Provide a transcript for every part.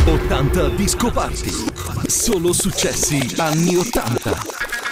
80 Disco Party. Solo successi anni 80.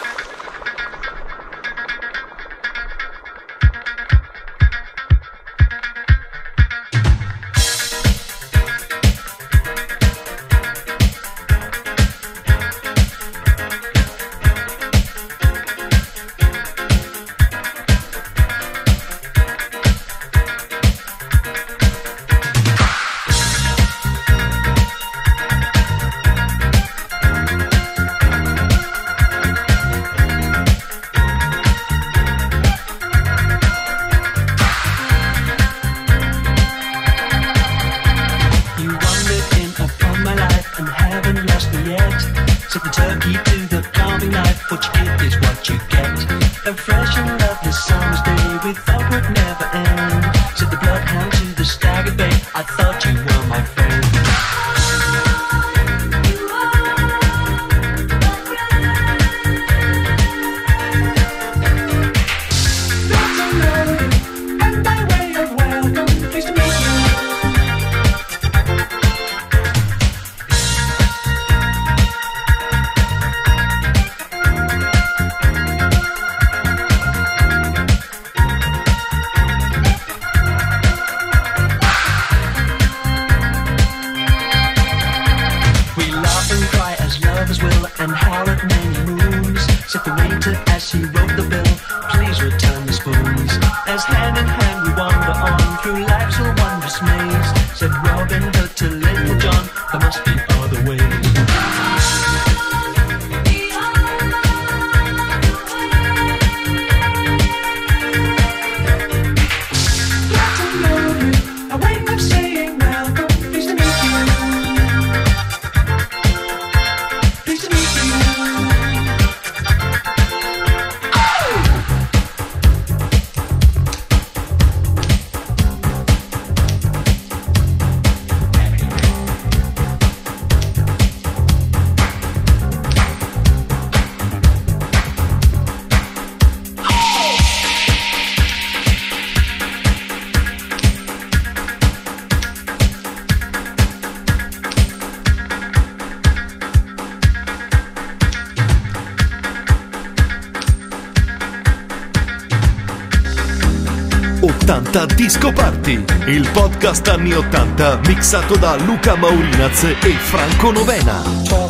Disco Party, il podcast anni 80 mixato da Luca Maurinaz e Franco Novena.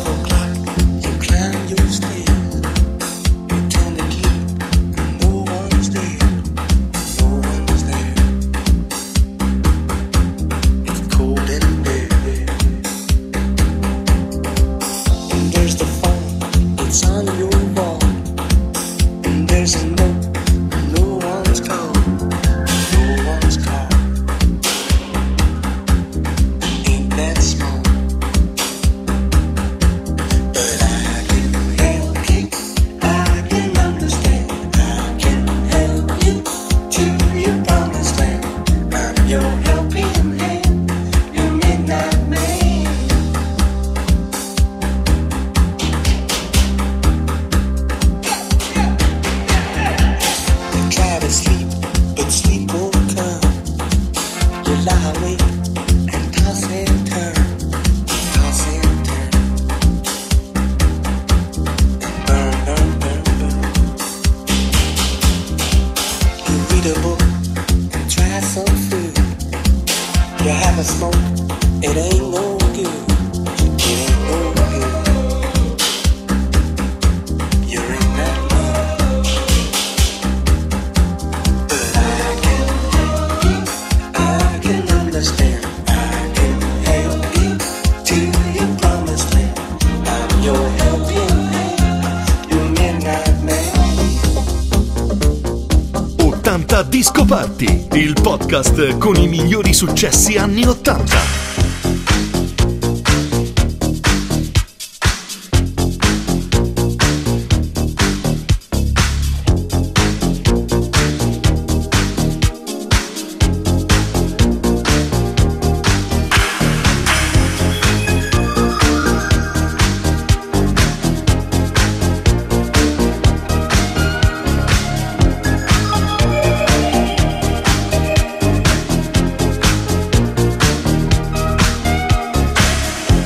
Disco Party, il podcast con i migliori successi anni 80.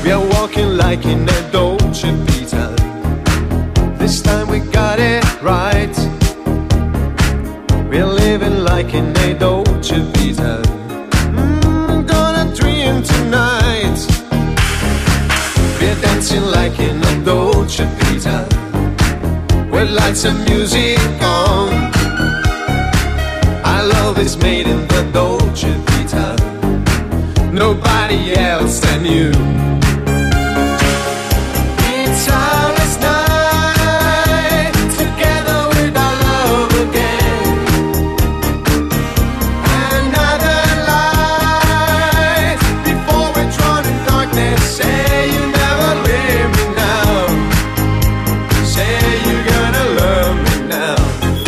We are walking like in a Dolce Vita. This time we got it right. We're living like in a Dolce Vita. Gonna dream tonight. We're dancing like in a Dolce Vita, with lights and music on. Our love is made in the Dolce Vita, nobody else than you. It's ours night, together with our love again. Another light, before we're drawn in darkness. Say you never leave me now. Say you're gonna love me now.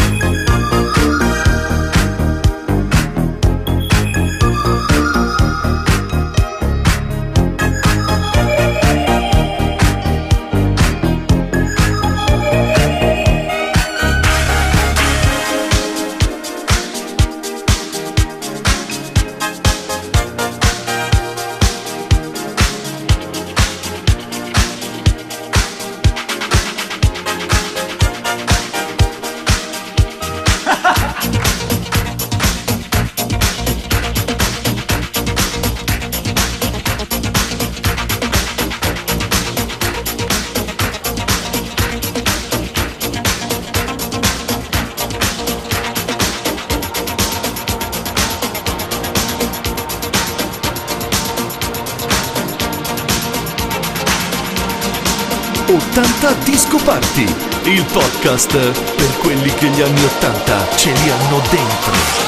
Disco Party, il podcast per quelli che gli anni 80 ce li hanno dentro.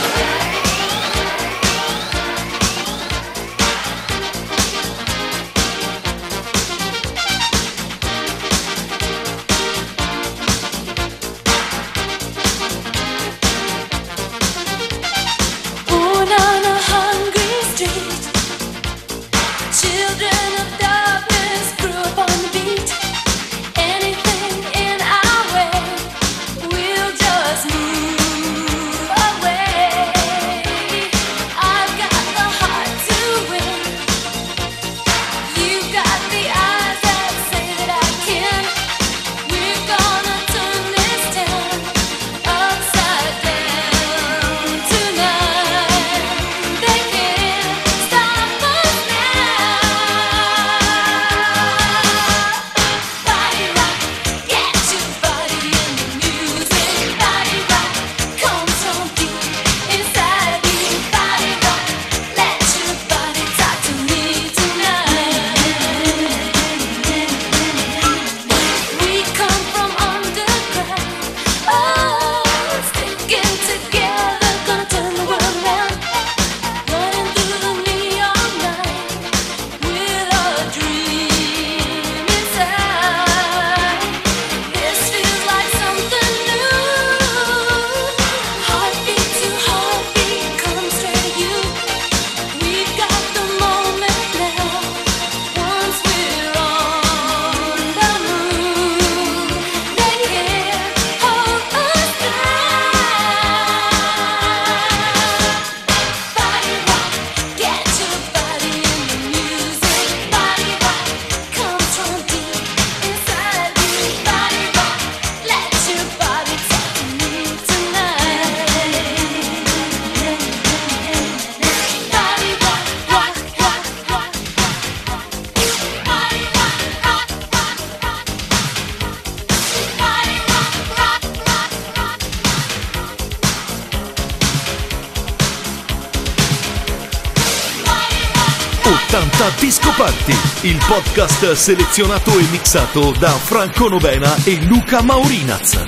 Disco Party, il podcast selezionato e mixato da Franco Novena e Luca Maurinaz.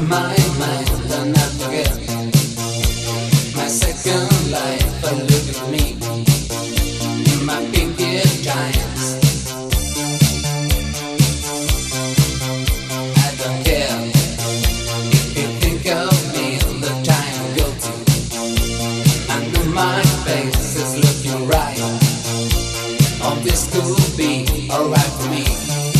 my mind, I'll not forget my second life. But look at me, my pinky giants. I don't care if you think of me, the time guilty. I know my face is looking right. Oh, this could be alright for me.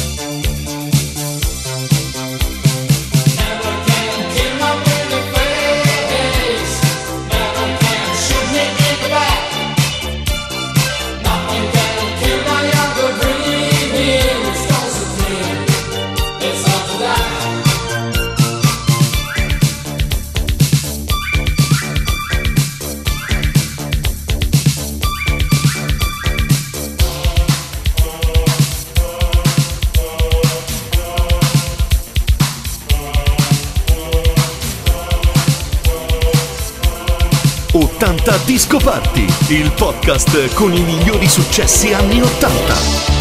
Disco Party, il podcast con i migliori successi anni 80.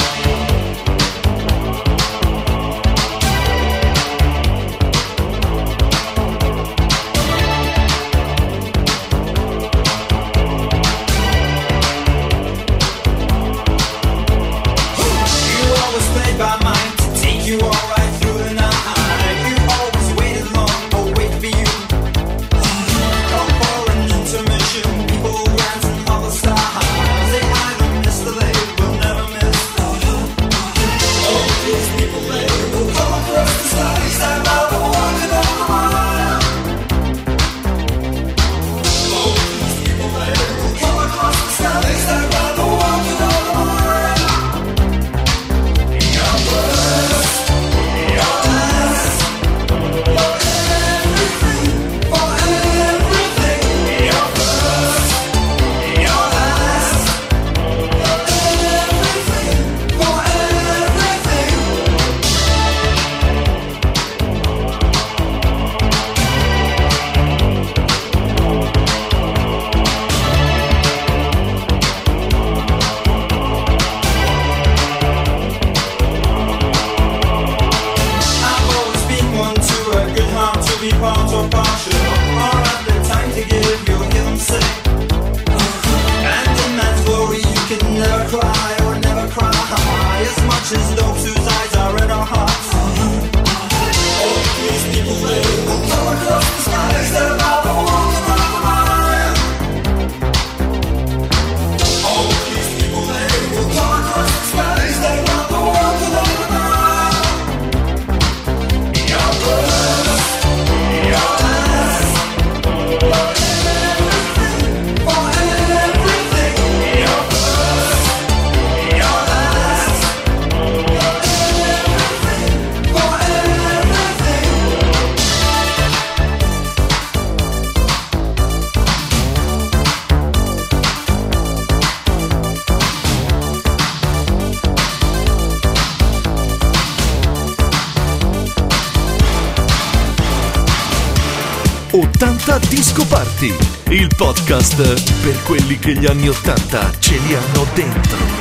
Disco Party, il podcast per quelli che gli anni 80 ce li hanno dentro.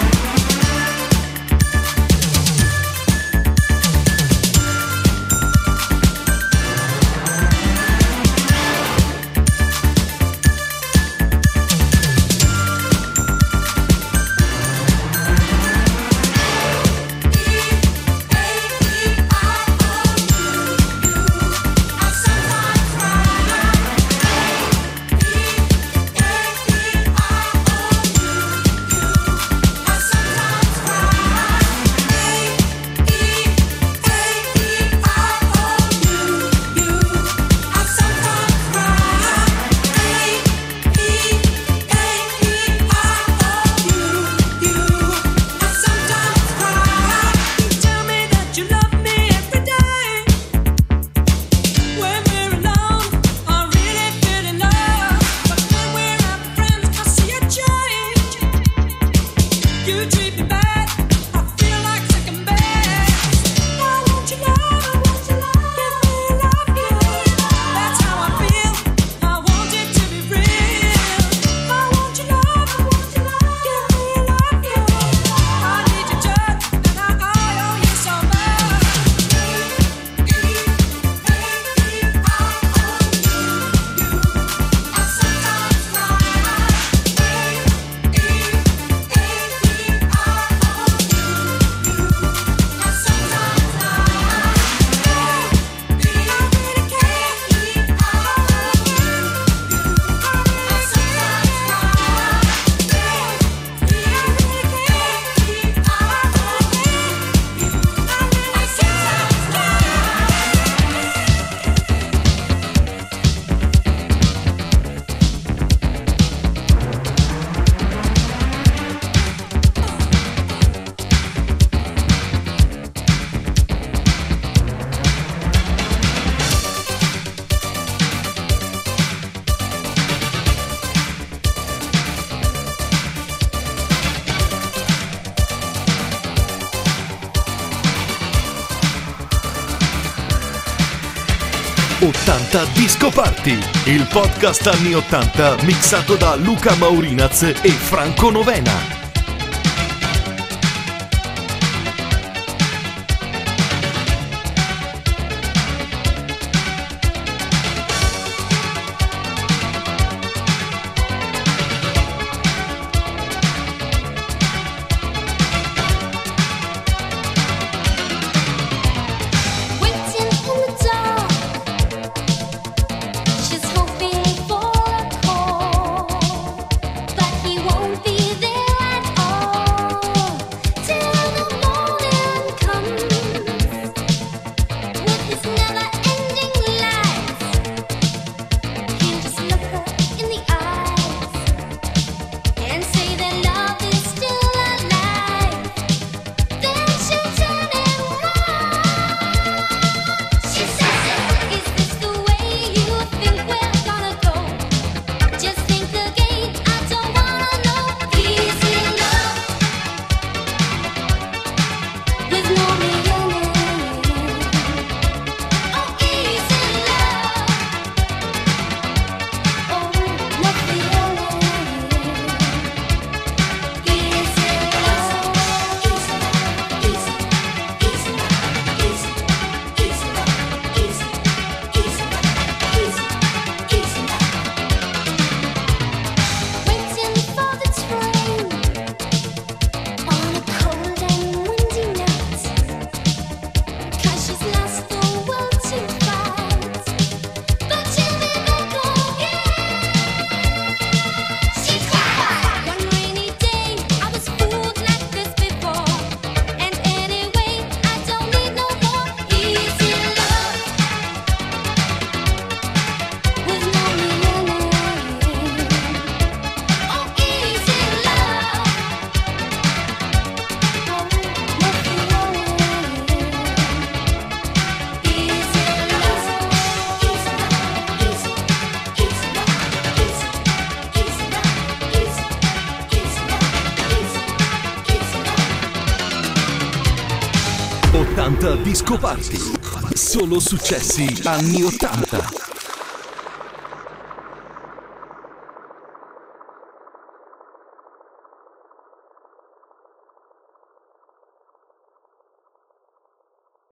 I 80 Disco Party, il podcast anni 80 mixato da Luca Maurinaz e Franco Novena. Disco Party, solo successi anni 80.